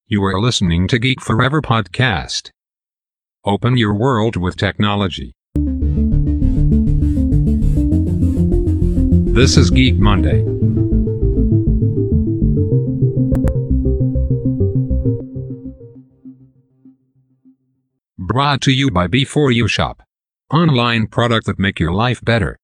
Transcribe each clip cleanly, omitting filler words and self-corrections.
You are listening to Geek Forever Podcast. Open your world with technology. This is Geek Monday. Brought to you by B4U Shop. Online product that make your life better.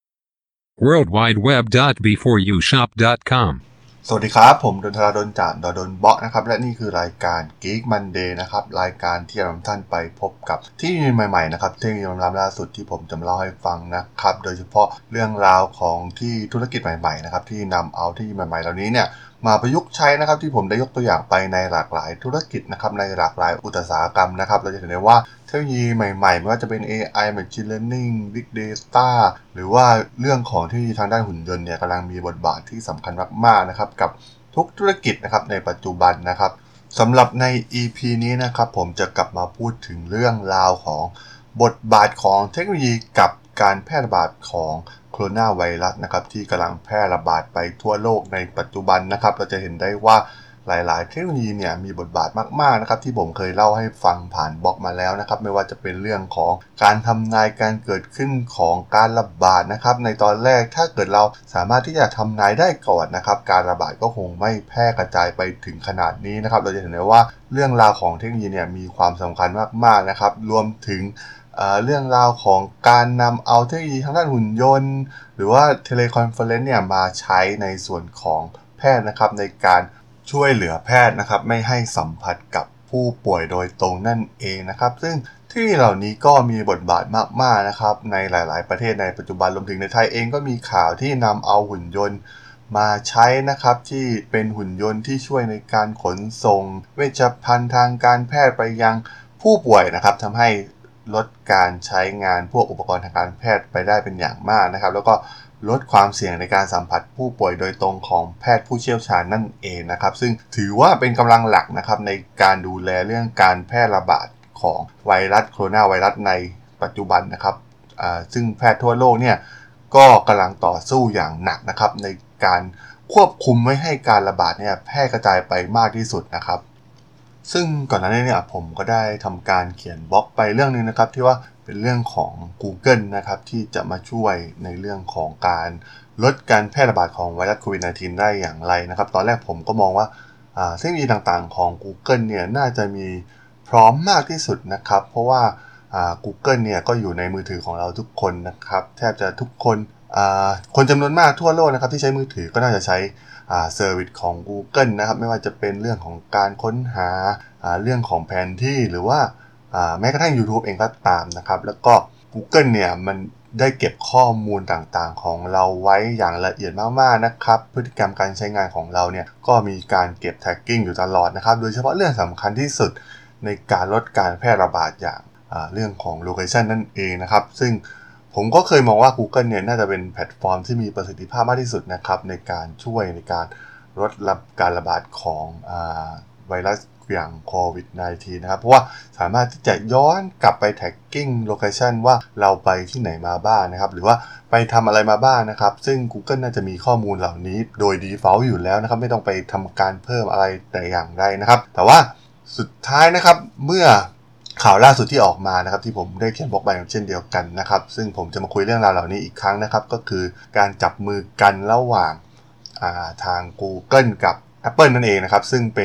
worldwideweb.b4ushop.com สวัสดีครับผมดนทราดนจากดนเบาะนะครับและนี่คือรายการ Geek Monday นะครับรายการที่จะนำท่านไปพบกับที่ใหม่ๆนะครับเทคโนโลยีล่าสุดที่ผมจะมาเล่าให้ฟังนะครับโดยเฉพาะเรื่องราวของที่ธุรกิจใหม่ๆนะครับที่นำเอาที่ใหม่ๆเหล่านี้เนี่ยมาประยุกต์ใช้นะครับที่ผมได้ยกตัวอย่างไปในหลากหลายธุรกิจนะครับในหลากหลายอุตสาหกรรมนะครับเราจะเห็นได้ว่าเทคโนโลยีใหม่ๆไม่ว่าจะเป็น AI Machine Learning Big Data หรือว่าเรื่องของที่ทางด้านหุ่นยนต์เนี่ยกำลังมีบทบาทที่สำคัญมากๆนะครับกับทุกธุรกิจนะครับในปัจจุบันนะครับสำหรับใน EP นี้นะครับผมจะกลับมาพูดถึงเรื่องราวของบทบาทของเทคโนโลยีกับการแพร่ระบาดของโคโรนาไวรัสนะครับที่กำลังแพร่ระบาดไปทั่วโลกในปัจจุบันนะครับเราจะเห็นได้ว่าหลายๆเทคโนโลยีเนี่ยมีบทบาทมากๆนะครับที่ผมเคยเล่าให้ฟังผ่านบล็อกมาแล้วนะครับไม่ว่าจะเป็นเรื่องของการทำนายการเกิดขึ้นของการระบาดนะครับในตอนแรกถ้าเกิดเราสามารถที่จะทำนายได้ก่อนนะครับการระบาดก็คงไม่แพร่กระจายไปถึงขนาดนี้นะครับเราจะเห็นได้ว่าเรื่องราวของเทคโนโลยีเนี่ยมีความสำคัญมากๆนะครับรวมถึงเรื่องราวของการนำเอาเทคโนโลยีทางด้านหุ่นยนต์หรือว่าเทเลคอนเฟอเรนซ์เนี่ยมาใช้ในส่วนของแพทย์นะครับในการช่วยเหลือแพทย์นะครับไม่ให้สัมผัสกับผู้ป่วยโดยตรงนั่นเองนะครับซึ่งที่เหล่านี้ก็มีบทบาทมากๆนะครับในหลายๆประเทศในปัจจุบันรวมถึงในไทยเองก็มีข่าวที่นำเอาหุ่นยนต์มาใช้นะครับที่เป็นหุ่นยนต์ที่ช่วยในการขนส่งเวชภัณฑ์ทางการแพทย์ไปยังผู้ป่วยนะครับทำให้ลดการใช้งานพวกอุปกรณ์ทางการแพทย์ไปได้เป็นอย่างมากนะครับแล้วก็ลดความเสี่ยงในการสัมผัสผู้ป่วยโดยตรงของแพทย์ผู้เชี่ยวชาญนั่นเองนะครับซึ่งถือว่าเป็นกำลังหลักนะครับในการดูแลเรื่องการแพร่ระบาดของไวรัสโคโรนาไวรัสในปัจจุบันนะครับซึ่งแพทย์ทั่วโลกเนี่ยก็กำลังต่อสู้อย่างหนักนะครับในการควบคุมไม่ให้การระบาดเนี่ยแพร่กระจายไปมากที่สุดนะครับซึ่งก่อนหน้านี้เนี่ยผมก็ได้ทำการเขียนบล็อกไปเรื่องนึงนะครับที่ว่าเป็นเรื่องของ Google นะครับที่จะมาช่วยในเรื่องของการลดการแพร่ระบาดของไวรัสโควิด -19 ได้อย่างไรนะครับตอนแรกผมก็มองว่าเทคโนโลยีต่างๆของ Google เนี่ยน่าจะมีพร้อมมากที่สุดนะครับเพราะว่าGoogle เนี่ยก็อยู่ในมือถือของเราทุกคนนะครับแทบจะทุกคนคนจำนวนมากทั่วโลกนะครับที่ใช้มือถือก็น่าจะใช้เซอร์วิสของ Google นะครับไม่ว่าจะเป็นเรื่องของการค้นหาเรื่องของแผนที่หรือว่าแม้กระทั่ง YouTube เองก็ตามนะครับแล้วก็ Google เนี่ยมันได้เก็บข้อมูลต่างๆของเราไว้อย่างละเอียดมากๆนะครับพฤติกรรมการใช้งานของเราเนี่ยก็มีการเก็บ tagging อยู่ตลอดนะครับโดยเฉพาะเรื่องสำคัญที่สุดในการลดการแพร่ระบาดอย่างเรื่องของ location นั่นเองนะครับซึ่งผมก็เคยมองว่า Google เนี่ยน่าจะเป็นแพลตฟอร์มที่มีประสิทธิภาพมากที่สุดนะครับในการช่วยในการลดการระบาดของไวรัสอย่างโควิด -19 นะครับเพราะว่าสามารถที่จะย้อนกลับไป tagging location ว่าเราไปที่ไหนมาบ้างนะครับหรือว่าไปทำอะไรมาบ้างนะครับซึ่ง Google น่าจะมีข้อมูลเหล่านี้โดย default อยู่แล้วนะครับไม่ต้องไปทำการเพิ่มอะไรแต่อย่างใดนะครับแต่ว่าสุดท้ายนะครับเมื่อข่าวล่าสุดที่ออกมานะครับที่ผมได้เขียนบล็อกไปเช่นเดียวกันนะครับซึ่งผมจะมาคุยเรื่องราวเหล่านี้อีกครั้งนะครับก็คือการจับมือกันระหว่างทาง Google กับ Apple นั่นเองนะครับซึ่งเป็น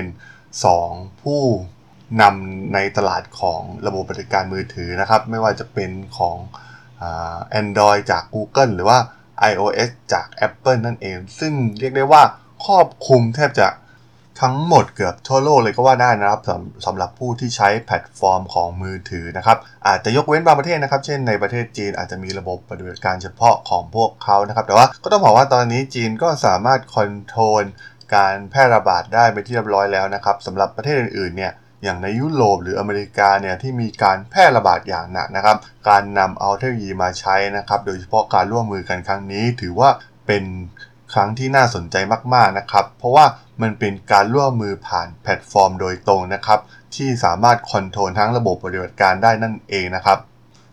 2ผู้นำในตลาดของระบบปฏิบัติการมือถือนะครับไม่ว่าจะเป็นของAndroid จาก Google หรือว่า iOS จาก Apple นั่นเองซึ่งเรียกได้ว่าครอบคลุมแทบจะทั้งหมดเกือบทั่วโลกเลยก็ว่าได้นะครับสำหรับผู้ที่ใช้แพลตฟอร์มของมือถือนะครับอาจจะยกเว้นบางประเทศนะครับเช่นในประเทศจีนอาจจะมีระบบปฏิบัติการเฉพาะของพวกเขานะครับแต่ว่าก็ต้องบอกว่าตอนนี้จีนก็สามารถคอนโทรลการแพร่ระบาดได้เป็นที่เรียบร้อยแล้วนะครับสำหรับประเทศอื่นๆเนี่ยอย่างในยุโรปหรืออเมริกาเนี่ยที่มีการแพร่ระบาดอย่างหนักนะครับการนำเอาเทคโนโลยีมาใช้นะครับโดยเฉพาะการร่วมมือกันครั้งนี้ถือว่าเป็นครั้งที่น่าสนใจมากๆนะครับเพราะว่ามันเป็นการร่วมมือผ่านแพลตฟอร์มโดยตรงนะครับที่สามารถคอนโทรลทั้งระบบปฏิบัติการได้นั่นเองนะครับ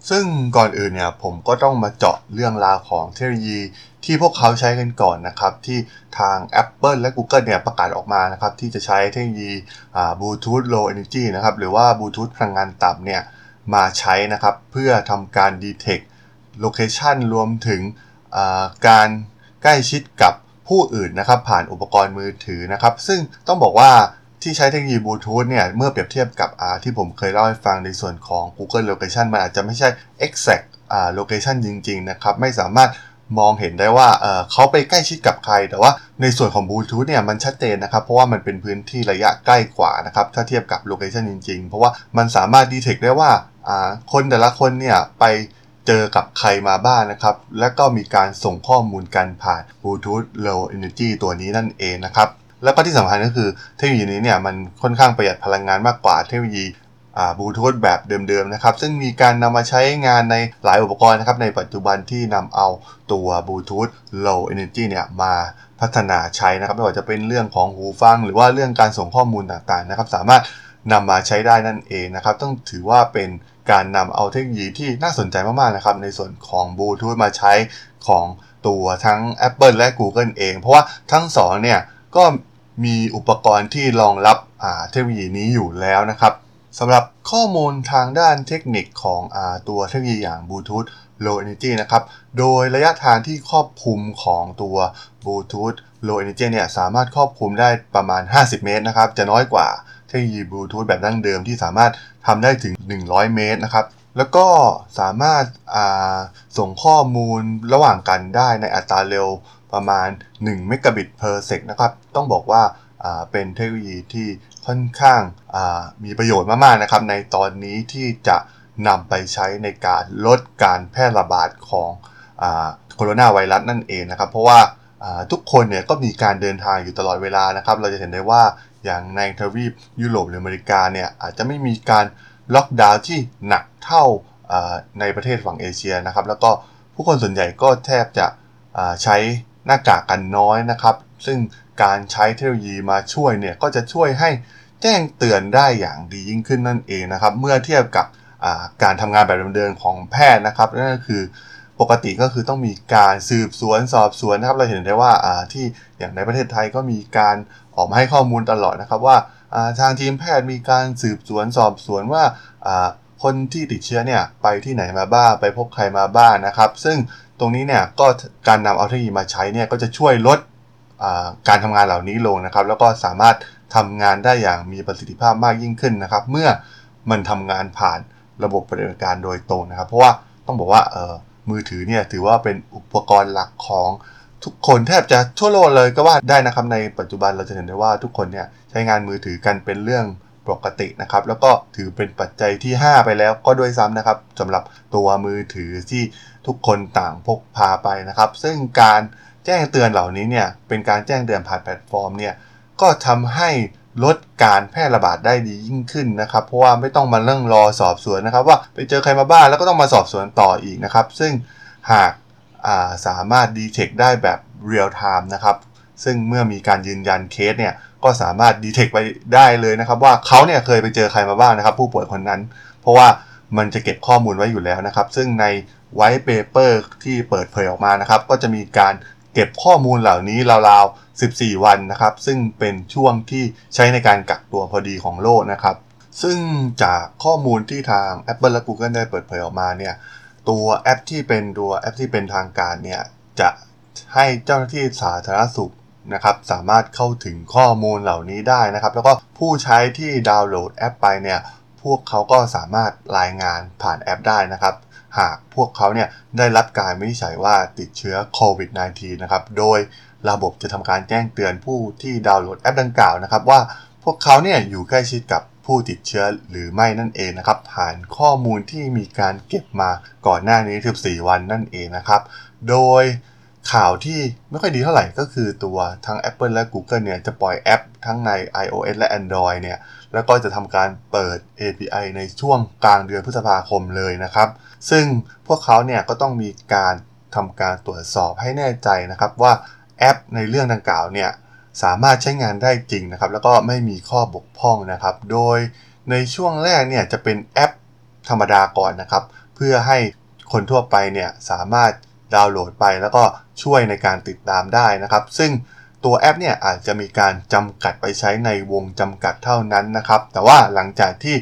ซึ่งก่อนอื่นเนี่ยผมก็ต้องมาเจาะเรื่องราวของเทคโนโลยีที่พวกเขาใช้กันก่อนนะครับที่ทาง Apple และ Google เนี่ยประกาศออกมานะครับที่จะใช้เทคโนโลยีBluetooth Low Energy นะครับหรือว่า Bluetooth พลังงานต่ำเนี่ยมาใช้นะครับเพื่อทำการ detect location รวมถึงการใกล้ชิดกับผู้อื่นนะครับผ่านอุปกรณ์มือถือนะครับซึ่งต้องบอกว่าที่ใช้เทคโนโลยีบลูทูธเนี่ยเมื่อเปรียบเทียบกับที่ผมเคยเล่าให้ฟังในส่วนของ Google Location มันอาจจะไม่ใช่ exact location จริงๆนะครับไม่สามารถมองเห็นได้ว่าเขาไปใกล้ชิดกับใครแต่ว่าในส่วนของบลูทูธเนี่ยมันชัดเจนนะครับเพราะว่ามันเป็นพื้นที่ระยะใกล้กว่านะครับถ้าเทียบกับโลเคชันจริงๆเพราะว่ามันสามารถ detect ได้ว่าคนแต่ละคนเนี่ยไปเจอกับใครมาบ้าง นะครับและก็มีการส่งข้อมูลกันผ่าน Bluetooth Low Energy ตัวนี้นั่นเองนะครับแล้วก็ที่สำคัญก็คือเทคโนโลยีนี้เนี่ยมันค่อนข้างประหยัดพลังงานมากกว่าเทคโนโลยีบลูทูธแบบเดิมๆนะครับซึ่งมีการนำมาใช้งานในหลายอุปกรณ์นะครับในปัจจุบันที่นำเอาตัวบลูทูธ Low Energy เนี่ยมาพัฒนาใช้นะครับไม่ว่าจะเป็นเรื่องของหูฟังหรือว่าเรื่องการส่งข้อมูลต่างๆนะครับสามารถนำมาใช้ได้นั่นเองนะครับต้องถือว่าเป็นการนำเอาเทคโนโลยีที่น่าสนใจมากๆนะครับในส่วนของบลูทูธมาใช้ของตัวทั้ง Apple และ Google เองเพราะว่าทั้งสองเนี่ยก็มีอุปกรณ์ที่รองรับเทคโนโลยีนี้อยู่แล้วนะครับสำหรับข้อมูลทางด้านเทคนิคของตัวเทคโนโลยีอย่าง Bluetooth Low Energy นะครับโดยระยะทางที่ครอบคลุมของตัว Bluetooth Low Energy เนี่ยสามารถครอบคลุมได้ประมาณ50 เมตรนะครับจะน้อยกว่าเทคโนโลยี Bluetooth แบบดั้งเดิมที่สามารถทำได้ถึง100 เมตรนะครับแล้วก็สามารถส่งข้อมูลระหว่างกันได้ในอัตราเร็วประมาณ1 Megabit per sec นะครับต้องบอกว่าเป็นเทคโนโลยีที่ค่อนข้างมีประโยชน์มากๆนะครับในตอนนี้ที่จะนำไปใช้ในการลดการแพร่ระบาดของโคโรนาไวรัสนั่นเองนะครับเพราะว่าทุกคนเนี่ยก็มีการเดินทางอยู่ตลอดเวลานะครับเราจะเห็นได้ว่าอย่างในทวีปยุโรปหรืออเมริกาเนี่ยอาจจะไม่มีการล็อกดาวน์ที่หนักเท่าในประเทศฝั่งเอเชียนะครับแล้วก็ผู้คนส่วนใหญ่ก็แทบจะใช้หน้ากากกันน้อยนะครับซึ่งการใช้เทคโนโลยีมาช่วยเนี่ยก็จะช่วยให้แจ้งเตือนได้อย่างดียิ่งขึ้นนั่นเองนะครับเมื่อเทียบกับการทำงานแบบเดิมๆของแพทย์นะครับนั่นก็คือปกติก็คือต้องมีการสืบสวนสอบสวนนะครับเราเห็นได้ว่าที่อย่างในประเทศไทยก็มีการออกมาให้ข้อมูลตลอดนะครับว่าทางทีมแพทย์มีการสืบสวนสอบสวนว่าคนที่ติดเชื้อเนี่ยไปที่ไหนมาบ้างไปพบใครมาบ้างนะครับซึ่งตรงนี้เนี่ยก็การนำเอาเทคโนโลยีมาใช้เนี่ยก็จะช่วยลดการทำงานเหล่านี้ลงนะครับแล้วก็สามารถทำงานได้อย่างมีประสิทธิภาพมากยิ่งขึ้นนะครับเมื่อมันทำงานผ่านระบบปฏิบัติการโดยตรงนะครับเพราะว่าต้องบอกว่ามือถือเนี่ยถือว่าเป็นอุปกรณ์หลักของทุกคนแทบจะทั่วโลกเลยก็ว่าได้นะครับในปัจจุบันเราจะเห็นได้ว่าทุกคนเนี่ยใช้งานมือถือกันเป็นเรื่องปกตินะครับแล้วก็ถือเป็นปัจจัยที่5ไปแล้วก็ด้วยซ้ำนะครับสำหรับตัวมือถือที่ทุกคนต่างพกพาไปนะครับซึ่งการแจ้งเตือนเหล่านี้เนี่ยเป็นการแจ้งเตือนผ่านแพลตฟอร์มเนี่ยก็ทำให้ลดการแพร่ระบาดได้ดียิ่งขึ้นนะครับเพราะว่าไม่ต้องมานั่งรอสอบสวนนะครับว่าไปเจอใครมาบ้างแล้วก็ต้องมาสอบสวนต่ออีกนะครับซึ่งหากสามารถ detect ได้แบบ real time นะครับซึ่งเมื่อมีการยืนยันเคสเนี่ยก็สามารถ detect ไปได้เลยนะครับว่าเขาเนี่ยเคยไปเจอใครมาบ้างนะครับผู้ป่วยคนนั้นเพราะว่ามันจะเก็บข้อมูลไว้อยู่แล้วนะครับซึ่งใน white paper ที่เปิดเผยออกมานะครับก็จะมีการเก็บข้อมูลเหล่านี้ราวๆ14 วันนะครับซึ่งเป็นช่วงที่ใช้ในการกักตัวพอดีของโลกนะครับซึ่งจากข้อมูลที่ทาง Apple และ Google ได้เปิดเผยออกมาเนี่ยตัวแอปที่เป็นทางการเนี่ยจะให้เจ้าหน้าที่สาธารณสุขนะครับสามารถเข้าถึงข้อมูลเหล่านี้ได้นะครับแล้วก็ผู้ใช้ที่ดาวน์โหลดแอปไปเนี่ยพวกเขาก็สามารถรายงานผ่านแอปได้นะครับหากพวกเขาเนี่ยได้รับการวินิจฉัยว่าติดเชื้อโควิด -19 นะครับโดยระบบจะทำการแจ้งเตือนผู้ที่ดาวน์โหลดแอปดังกล่าวนะครับว่าพวกเขาเนี่ยอยู่ใกล้ชิดกับผู้ติดเชื้อหรือไม่นั่นเองนะครับผ่านข้อมูลที่มีการเก็บมาก่อนหน้านี้14 วันนั่นเองนะครับโดยข่าวที่ไม่ค่อยดีเท่าไหร่ก็คือตัวทั้ง Apple และ Google เนี่ยจะปล่อยแอปทั้งใน iOS และ Android เนี่ยแล้วก็จะทำการเปิด API ในช่วงกลางเดือนพฤษภาคมเลยนะครับซึ่งพวกเขาเนี่ยก็ต้องมีการทำการตรวจสอบให้แน่ใจนะครับว่าแอปในเรื่องดังกล่าวเนี่ยสามารถใช้งานได้จริงนะครับแล้วก็ไม่มีข้อบกพร่องนะครับโดยในช่วงแรกเนี่ยจะเป็นแอปธรรมดาก่อนนะครับเพื่อให้คนทั่วไปเนี่ยสามารถดาวน์โหลดไปแล้วก็ช่วยในการติดตามได้นะครับซึ่งตัวแอปเนี่ยอาจจะมีการจำกัดไปใช้ในวงจำกัดเท่านั้นนะครับแต่ว่าหลังจากที่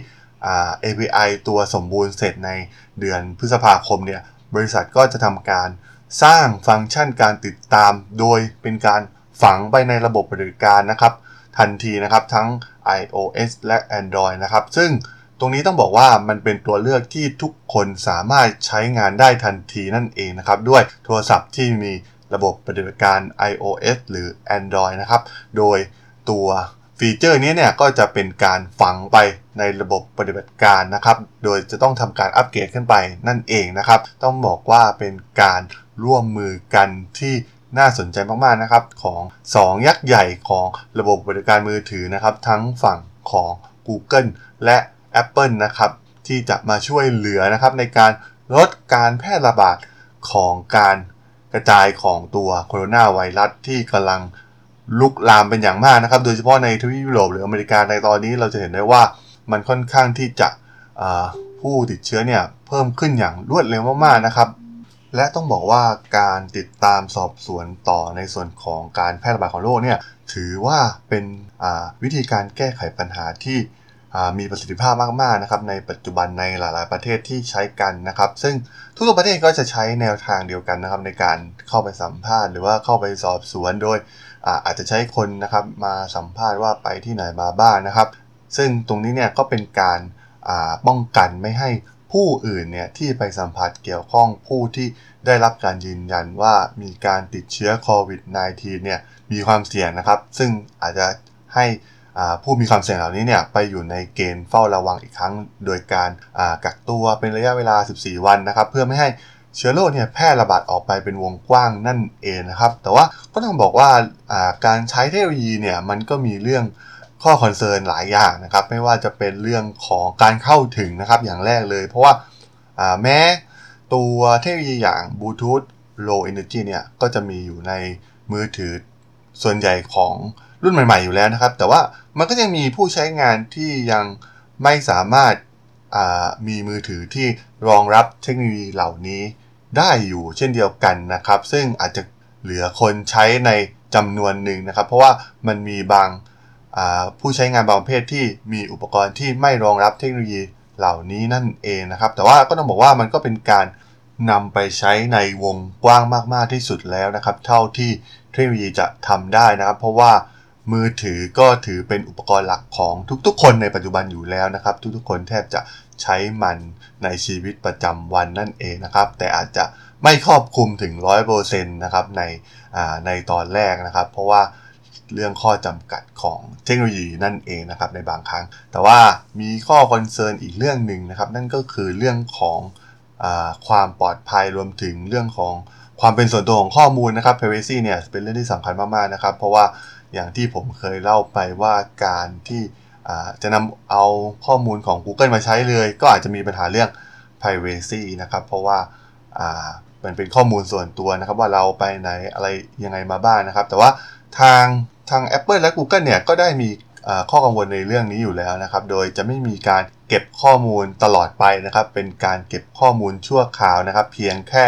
API ตัวสมบูรณ์เสร็จในเดือนพฤษภาคมเนี่ยบริษัทก็จะทำการสร้างฟังก์ชันการติดตามโดยเป็นการฝังไปในระบบปฏิบัติการนะครับทันทีนะครับทั้ง iOS และ Android นะครับซึ่งตรงนี้ต้องบอกว่ามันเป็นตัวเลือกที่ทุกคนสามารถใช้งานได้ทันทีนั่นเองนะครับด้วยโทรศัพท์ที่มีระบบปฏิบัติการ iOS หรือ Android นะครับโดยตัวฟีเจอร์นี้เนี่ยก็จะเป็นการฝังไปในระบบปฏิบัติการนะครับโดยจะต้องทำการอัปเกรดขึ้นไปนั่นเองนะครับต้องบอกว่าเป็นการร่วมมือกันที่น่าสนใจมากๆนะครับของ2ยักษ์ใหญ่ของระบบปฏิบัติการมือถือนะครับทั้งฝั่งของ Google และ Apple นะครับที่จะมาช่วยเหลือนะครับในการลดการแพร่ระบาดของการกระจายของตัวโคโรนาไวรัสที่กำลังลุกลามเป็นอย่างมากนะครับโดยเฉพาะในทวีปยุโรปหรืออเมริกาในตอนนี้เราจะเห็นได้ว่ามันค่อนข้างที่จะผู้ติดเชื้อเนี่ยเพิ่มขึ้นอย่างรวดเร็วมากๆนะครับและต้องบอกว่าการติดตามสอบสวนต่อในส่วนของการแพร่ระบาดของโรคเนี่ยถือว่าเป็นวิธีการแก้ไขปัญหาที่มีประสิทธิภาพมากๆนะครับในปัจจุบันในหลายๆประเทศที่ใช้กันนะครับซึ่งทุกประเทศก็จะใช้แนวทางเดียวกันนะครับในการเข้าไปสัมภาษณ์หรือว่าเข้าไปสอบสวนโดยอาจจะใช้คนนะครับมาสัมภาษณ์ว่าไปที่ไหนมาบ้างนะครับซึ่งตรงนี้เนี่ยก็เป็นการป้องกันไม่ให้ผู้อื่นเนี่ยที่ไปสัมผัสเกี่ยวข้องผู้ที่ได้รับการยืนยันว่ามีการติดเชื้อโควิด -19 เนี่ยมีความเสี่ยงนะครับซึ่งอาจจะให้ผู้มีความเสี่ยงเหล่านี้เนี่ยไปอยู่ในเกณฑ์เฝ้าระวังอีกครั้งโดยการกักตัวเป็นระยะเวลา14วันนะครับเพื่อไม่ให้เชื้อโรคเนี่ยแพร่ระบาดออกไปเป็นวงกว้างนั่นเองนะครับแต่ว่าก็ต้องบอกว่าการใช้เทคโนโลยีเนี่ยมันก็มีเรื่องข้อคอนเซิร์นหลายอย่างนะครับไม่ว่าจะเป็นเรื่องของการเข้าถึงนะครับอย่างแรกเลยเพราะว่าแม้ตัวเทคโนโลยีอย่าง Bluetooth Low Energy เนี่ยก็จะมีอยู่ในมือถือส่วนใหญ่ของรุ่นใหม่ๆอยู่แล้วนะครับแต่ว่ามันก็ยังมีผู้ใช้งานที่ยังไม่สามารถมีมือถือที่รองรับเทคโนโลยีเหล่านี้ได้อยู่เช่นเดียวกันนะครับซึ่งอาจจะเหลือคนใช้ในจำนวนหนึ่งนะครับเพราะว่ามันมีบางผู้ใช้งานบางประเภทที่มีอุปกรณ์ที่ไม่รองรับเทคโนโลยีเหล่านี้นั่นเองนะครับแต่ว่าก็ต้องบอกว่ามันก็เป็นการนำไปใช้ในวงกว้างมากๆที่สุดแล้วนะครับเท่าที่เทคโนโลยีจะทำได้นะครับเพราะว่ามือถือก็ถือเป็นอุปกรณ์หลักของทุกๆคนในปัจจุบันอยู่แล้วนะครับทุกๆคนแทบจะใช้มันในชีวิตประจำวันนั่นเองนะครับแต่อาจจะไม่ครอบคลุมถึง 100% นะครับในตอนแรกนะครับเพราะว่าเรื่องข้อจำกัดของเทคโนโลยีนั่นเองนะครับในบางครั้งแต่ว่ามีข้อคอนเซิร์นอีกเรื่องหนึ่งนะครับนั่นก็คือเรื่องของความปลอดภัยรวมถึงเรื่องของความเป็นส่วนตัวของข้อมูลนะครับ privacy เนี่ยเป็นเรื่องที่สำคัญมากๆนะครับเพราะว่าอย่างที่ผมเคยเล่าไปว่าการที่จะนำเอาข้อมูลของ Google มาใช้เลยก็อาจจะมีปัญหาเรื่อง privacy นะครับเพราะว่ามันเป็นข้อมูลส่วนตัวนะครับว่าเราไปไหนอะไรยังไงมาบ้างนะครับแต่ว่าทาง Apple และ Google เนี่ยก็ได้มีข้อกังวลในเรื่องนี้อยู่แล้วนะครับโดยจะไม่มีการเก็บข้อมูลตลอดไปนะครับเป็นการเก็บข้อมูลชั่วคราวนะครับเพียงแค่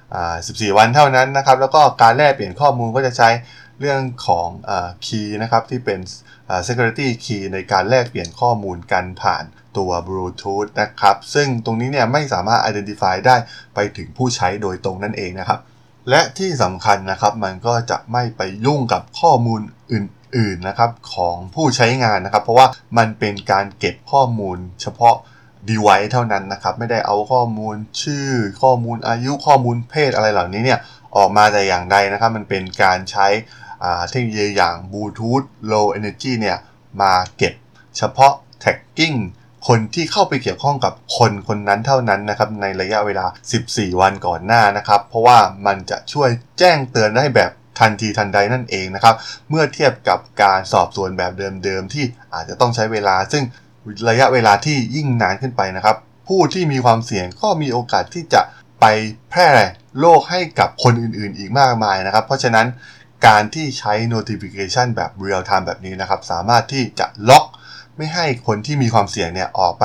14 วันเท่านั้นนะครับแล้วก็การแลกเปลี่ยนข้อมูลก็จะใช้เรื่องของkey นะครับที่เป็นsecurity key ในการแลกเปลี่ยนข้อมูลกันผ่านตัว Bluetooth นะครับซึ่งตรงนี้เนี่ยไม่สามารถ identify ได้ไปถึงผู้ใช้โดยตรงนั่นเองนะครับและที่สำคัญนะครับมันก็จะไม่ไปยุ่งกับข้อมูลอื่นๆนะครับของผู้ใช้งานนะครับเพราะว่ามันเป็นการเก็บข้อมูลเฉพาะ device เท่านั้นนะครับไม่ได้เอาข้อมูลชื่อข้อมูลอายุข้อมูลเพศอะไรเหล่านี้เนี่ยออกมาแต่อย่างใดนะครับมันเป็นการใช้เทคโนโลยีอย่าง Bluetooth Low Energy เนี่ยมาเก็บเฉพาะ tagging คนที่เข้าไปเกี่ยวข้องกับคนนั้นเท่านั้นนะครับในระยะเวลา14 วันก่อนหน้านะครับเพราะว่ามันจะช่วยแจ้งเตือนได้แบบทันทีทันใดนั่นเองนะครับเมื่อเทียบกับการสอบสวนแบบเดิมๆที่อาจจะต้องใช้เวลาซึ่งระยะเวลาที่ยิ่งนานขึ้นไปนะครับผู้ที่มีความเสี่ยงก็มีโอกาสที่จะไปแพร่โรคให้กับคนอื่นๆอีกมากมายนะครับเพราะฉะนั้นการที่ใช้ notification แบบ real time แบบนี้นะครับสามารถที่จะล็อกไม่ให้คนที่มีความเสี่ยงเนี่ยออกไปเผ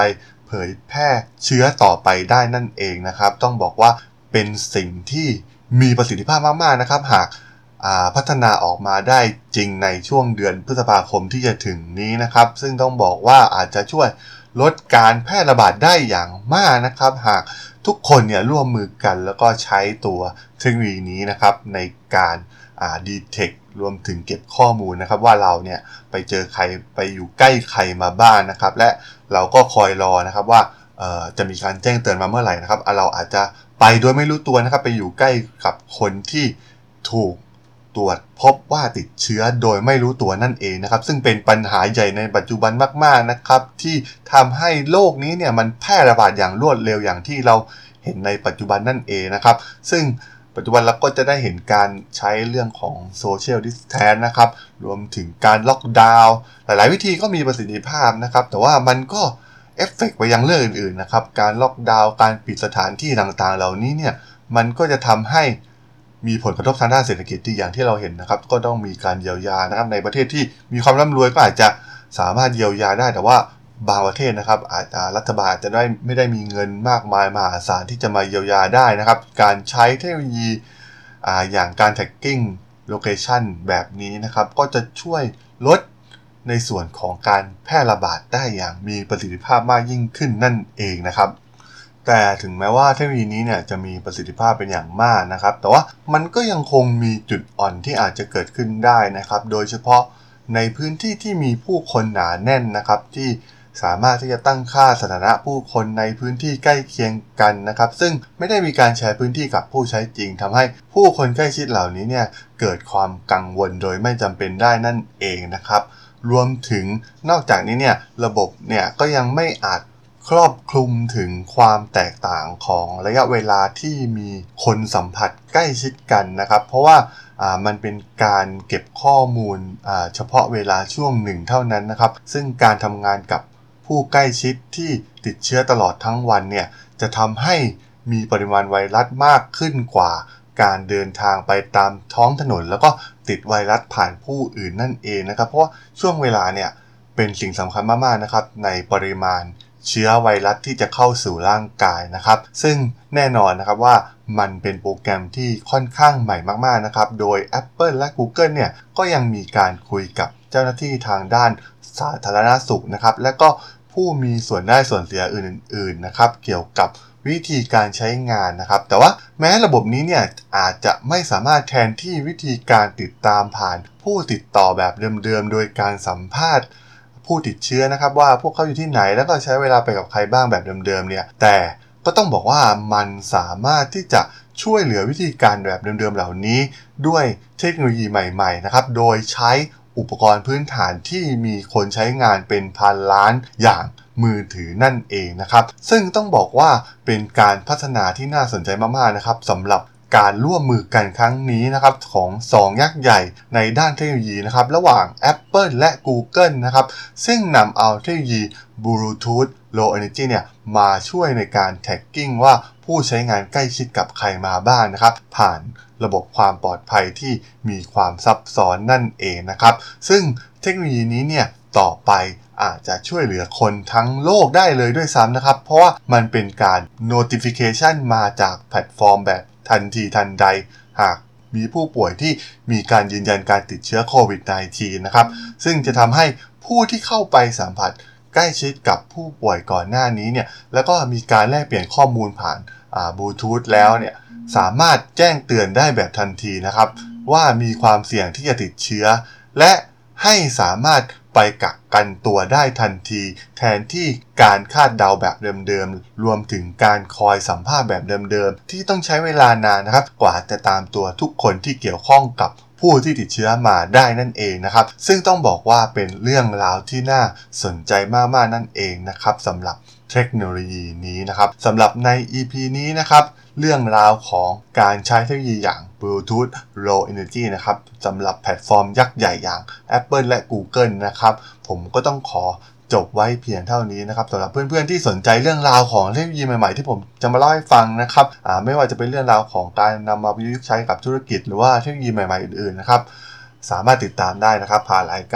ผยแพร่เชื้อต่อไปได้นั่นเองนะครับต้องบอกว่าเป็นสิ่งที่มีประสิทธิภาพมากๆนะครับหากพัฒนาออกมาได้จริงในช่วงเดือนพฤษภาคมที่จะถึงนี้นะครับซึ่งต้องบอกว่าอาจจะช่วยลดการแพร่ระบาดได้อย่างมากนะครับหากทุกคนเนี่ยร่วมมือกันแล้วก็ใช้ตัวเทคโนโลยีนี้นะครับในการdetect รวมถึงเก็บข้อมูลนะครับว่าเราเนี่ยไปเจอใครไปอยู่ใกล้ใครมาบ้าง นะครับและเราก็คอยรอนะครับว่าจะมีการแจ้งเตือนมาเมื่อไหร่นะครับเราอาจจะไปโดยไม่รู้ตัวนะครับไปอยู่ใกล้กับคนที่ถูกตรวจพบว่าติดเชื้อโดยไม่รู้ตัวนั่นเองนะครับซึ่งเป็นปัญหาใหญ่ในปัจจุบันมากๆนะครับที่ทำให้โรคนี้เนี่ยมันแพร่ระบาดอย่างรวดเร็วอย่างที่เราเห็นในปัจจุบันนั่นเองนะครับซึ่งปัจจุบันเราก็จะได้เห็นการใช้เรื่องของ Social Distance นะครับรวมถึงการล็อกดาวน์หลายๆวิธีก็มีประสิทธิภาพนะครับแต่ว่ามันก็เอฟเฟกต์ไปยังเรื่องอื่นๆนะครับการล็อกดาวน์การปิดสถานที่ต่างๆเหล่านี้เนี่ยมันก็จะทำให้มีผลกระทบทางด้านเศรษฐกิจที่อย่างที่เราเห็นนะครับก็ต้องมีการเยียวยานะครับในประเทศที่มีความร่ำรวยก็อาจจะสามารถเยียวยาได้แต่ว่าบางประเทศนะครับอาจจะรัฐบาลจะไม่ได้มีเงินมากมายมหาศาลที่จะมาเยียวยาได้นะครับการใช้เทคโนโลยีอย่างการ tagging location แบบนี้นะครับก็จะช่วยลดในส่วนของการแพร่ระบาดได้อย่างมีประสิทธิภาพมากยิ่งขึ้นนั่นเองนะครับแต่ถึงแม้ว่าเทคโนโลยีนี้เนี่ยจะมีประสิทธิภาพเป็นอย่างมากนะครับแต่ว่ามันก็ยังคงมีจุดอ่อนที่อาจจะเกิดขึ้นได้นะครับโดยเฉพาะในพื้นที่ที่มีผู้คนหนาแน่นนะครับที่สามารถที่จะตั้งค่าสถานะผู้คนในพื้นที่ใกล้เคียงกันนะครับซึ่งไม่ได้มีการแชร์พื้นที่กับผู้ใช้จริงทำให้ผู้คนใกล้ชิดเหล่านี้เนี่ยเกิดความกังวลโดยไม่จำเป็นได้นั่นเองนะครับรวมถึงนอกจากนี้เนี่ยระบบเนี่ยก็ยังไม่อาจครอบคลุมถึงความแตกต่างของระยะเวลาที่มีคนสัมผัสใกล้ชิดกันนะครับเพราะว่ามันเป็นการเก็บข้อมูลเฉพาะเวลาช่วงหนึ่งเท่านั้นนะครับซึ่งการทำงานกับผู้ใกล้ชิดที่ติดเชื้อตลอดทั้งวันเนี่ยจะทำให้มีปริมาณไวรัสมากขึ้นกว่าการเดินทางไปตามท้องถนนแล้วก็ติดไวรัสผ่านผู้อื่นนั่นเองนะครับเพราะว่าช่วงเวลาเนี่ยเป็นสิ่งสำคัญมากๆนะครับในปริมาณเชื้อไวรัสที่จะเข้าสู่ร่างกายนะครับซึ่งแน่นอนนะครับว่ามันเป็นโปรแกรมที่ค่อนข้างใหม่มากๆนะครับโดย Apple และ Google เนี่ยก็ยังมีการคุยกับเจ้าหน้าที่ทางด้านสาธารณสุขนะครับและก็ผู้มีส่วนได้ส่วนเสียอื่นๆนะครับเกี่ยวกับวิธีการใช้งานนะครับแต่ว่าแม้ระบบนี้เนี่ยอาจจะไม่สามารถแทนที่วิธีการติดตามผ่านผู้ติดต่อแบบเดิมๆโดยการสัมภาษณ์ผู้ติดเชื้อนะครับว่าพวกเขาอยู่ที่ไหนแล้วก็ใช้เวลาไปกับใครบ้างแบบเดิมๆเนี่ยแต่ก็ต้องบอกว่ามันสามารถที่จะช่วยเหลือวิธีการแบบเดิมๆเหล่านี้ด้วยเทคโนโลยีใหม่ๆนะครับโดยใช้อุปกรณ์พื้นฐานที่มีคนใช้งานเป็นพันล้านอย่างมือถือนั่นเองนะครับซึ่งต้องบอกว่าเป็นการพัฒนาที่น่าสนใจมากๆนะครับสำหรับการร่วมมือกันครั้งนี้นะครับของ2ยักษ์ใหญ่ในด้านเทคโนโลยีนะครับระหว่าง Apple และ Google นะครับซึ่งนำเอาเทคโนโลยี Bluetooth Low Energy เนี่ยมาช่วยในการ tagging ว่าผู้ใช้งานใกล้ชิดกับใครมาบ้างนะครับผ่านระบบความปลอดภัยที่มีความซับซ้อนนั่นเองนะครับซึ่งเทคโนโลยีนี้เนี่ยต่อไปอาจจะช่วยเหลือคนทั้งโลกได้เลยด้วยซ้ำนะครับเพราะว่ามันเป็นการ notification มาจากแพลตฟอร์มแบบทันทีทันใดหากมีผู้ป่วยที่มีการยืนยันการติดเชื้อโควิด -19 นะครับซึ่งจะทำให้ผู้ที่เข้าไปสัมผัสใกล้ชิดกับผู้ป่วยก่อนหน้านี้เนี่ยแล้วก็มีการแลกเปลี่ยนข้อมูลผ่านบลูทูธแล้วเนี่ยสามารถแจ้งเตือนได้แบบทันทีนะครับว่ามีความเสี่ยงที่จะติดเชื้อและให้สามารถไปกักกันตัวได้ทันทีแทนที่การคาดเดาแบบเดิมๆรวมถึงการคอยสัมภาษณ์แบบเดิมๆที่ต้องใช้เวลานานนะครับกว่าจะตามตัวทุกคนที่เกี่ยวข้องกับผู้ที่ติดเชื้อมาได้นั่นเองนะครับซึ่งต้องบอกว่าเป็นเรื่องราวที่น่าสนใจมากๆนั่นเองนะครับสำหรับเทคโนโลยีนี้นะครับสำหรับใน EP นี้นะครับเรื่องราวของการใช้เทคโนโลยีอย่าง Bluetooth Low Energy นะครับสำหรับแพลตฟอร์มยักษ์ใหญ่อย่าง Apple และ Google นะครับผมก็ต้องขอจบไว้เพียงเท่านี้นะครับสำหรับเพื่อนๆที่สนใจเรื่องราวของเทคโนโลยีใหม่ๆที่ผมจะมาเล่าให้ฟังนะครับไม่ว่าจะเป็นเรื่องราวของการนำมาประยุกต์ใช้กับธุรกิจหรือว่าเทคโนโลยีใหม่ๆอื่นๆนะครับสามารถติดตามได้นะครับผ่านรายการ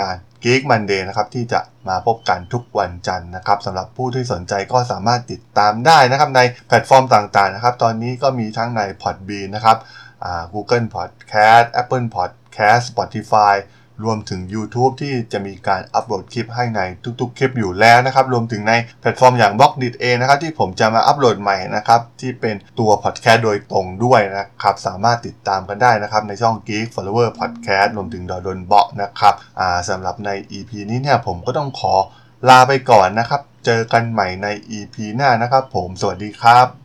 Geek Monday นะครับที่จะมาพบกันทุกวันจันทร์นะครับสำหรับผู้ที่สนใจก็สามารถติดตามได้นะครับในแพลตฟอร์มต่างๆนะครับตอนนี้ก็มีทั้งใน Podbean นะครับGoogle Podcast Apple Podcast Spotify รวมถึง YouTube ที่จะมีการอัปโหลดคลิปให้ในทุกๆคลิปอยู่แล้วนะครับรวมถึงในแพลตฟอร์มอย่าง Blogdit เองนะครับที่ผมจะมาอัปโหลดใหม่นะครับที่เป็นตัว Podcast โดยตรงด้วยนะครับสามารถติดตามกันได้นะครับในช่อง Geek Flower Podcast รวมถึงดอดนเบาะนะครับสำหรับใน EP นี้เนี่ยผมก็ต้องขอลาไปก่อนนะครับเจอกันใหม่ใน EP หน้านะครับผมสวัสดีครับ